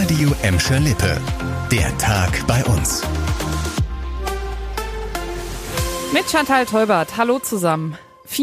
Radio Emscher Lippe. Der Tag bei uns. Mit Chantal Teubert. Hallo zusammen.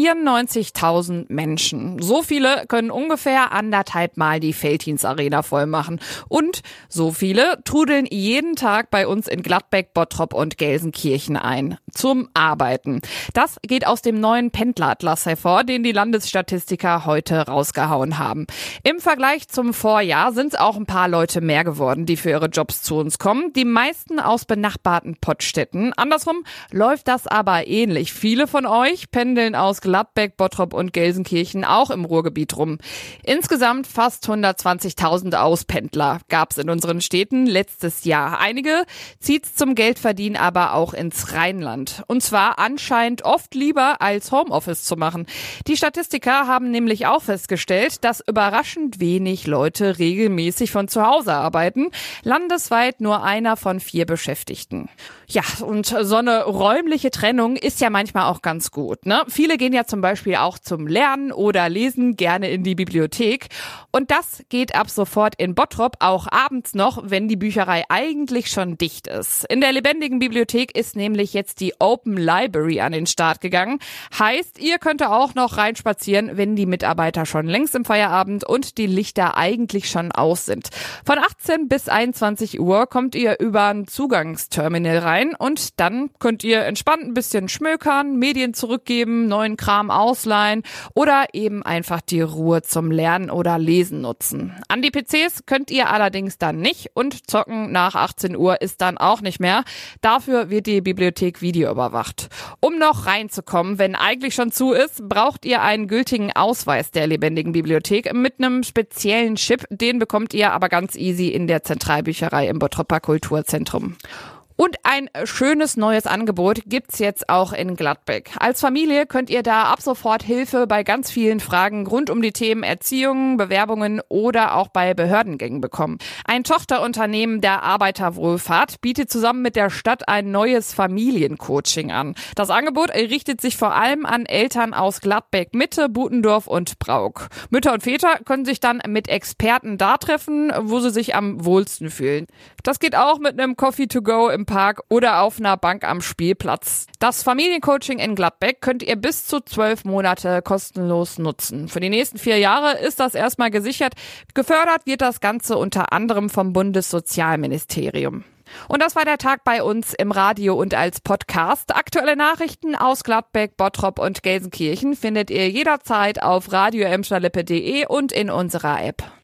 94.000 Menschen. So viele können ungefähr 1,5 Mal die Veltins-Arena voll machen. Und so viele trudeln jeden Tag bei uns in Gladbeck, Bottrop und Gelsenkirchen ein. Zum Arbeiten. Das geht aus dem neuen Pendleratlas hervor, den die Landesstatistiker heute rausgehauen haben. Im Vergleich zum Vorjahr sind es auch ein paar Leute mehr geworden, die für ihre Jobs zu uns kommen. Die meisten aus benachbarten Pottstädten. Andersrum läuft das aber ähnlich. Viele von euch pendeln aus Gladbeck, Bottrop und Gelsenkirchen auch im Ruhrgebiet rum. Insgesamt fast 120.000 Auspendler gab es in unseren Städten letztes Jahr. Einige zieht's zum Geldverdienen aber auch ins Rheinland. Und zwar anscheinend oft lieber als Homeoffice zu machen. Die Statistiker haben nämlich auch festgestellt, dass überraschend wenig Leute regelmäßig von zu Hause arbeiten. Landesweit nur 1 von 4 Beschäftigten. Ja, und so eine räumliche Trennung ist ja manchmal auch ganz gut, ne? Viele gehen ja zum Beispiel auch zum Lernen oder Lesen gerne in die Bibliothek. Und das geht ab sofort in Bottrop auch abends noch, wenn die Bücherei eigentlich schon dicht ist. In der lebendigen Bibliothek ist nämlich jetzt die Open Library an den Start gegangen. Heißt, ihr könnt auch noch reinspazieren, wenn die Mitarbeiter schon längst im Feierabend und die Lichter eigentlich schon aus sind. Von 18 bis 21 Uhr kommt ihr über ein Zugangsterminal rein und dann könnt ihr entspannt ein bisschen schmökern, Medien zurückgeben, neuen Kram ausleihen oder eben einfach die Ruhe zum Lernen oder Lesen nutzen. An die PCs könnt ihr allerdings dann nicht und zocken nach 18 Uhr ist dann auch nicht mehr. Dafür wird die Bibliothek videoüberwacht. Um noch reinzukommen, wenn eigentlich schon zu ist, braucht ihr einen gültigen Ausweis der lebendigen Bibliothek mit einem speziellen Chip. Den bekommt ihr aber ganz easy in der Zentralbücherei im Bottroper Kulturzentrum. Und ein schönes neues Angebot gibt's jetzt auch in Gladbeck. Als Familie könnt ihr da ab sofort Hilfe bei ganz vielen Fragen rund um die Themen Erziehung, Bewerbungen oder auch bei Behördengängen bekommen. Ein Tochterunternehmen der Arbeiterwohlfahrt bietet zusammen mit der Stadt ein neues Familiencoaching an. Das Angebot richtet sich vor allem an Eltern aus Gladbeck, Mitte, Butendorf und Brauk. Mütter und Väter können sich dann mit Experten da treffen, wo sie sich am wohlsten fühlen. Das geht auch mit einem Coffee to go im Park oder auf einer Bank am Spielplatz. Das Familiencoaching in Gladbeck könnt ihr bis zu 12 Monate kostenlos nutzen. Für die nächsten 4 Jahre ist das erstmal gesichert. Gefördert wird das Ganze unter anderem vom Bundessozialministerium. Und das war der Tag bei uns im Radio und als Podcast. Aktuelle Nachrichten aus Gladbeck, Bottrop und Gelsenkirchen findet ihr jederzeit auf radioemscherlippe.de und in unserer App.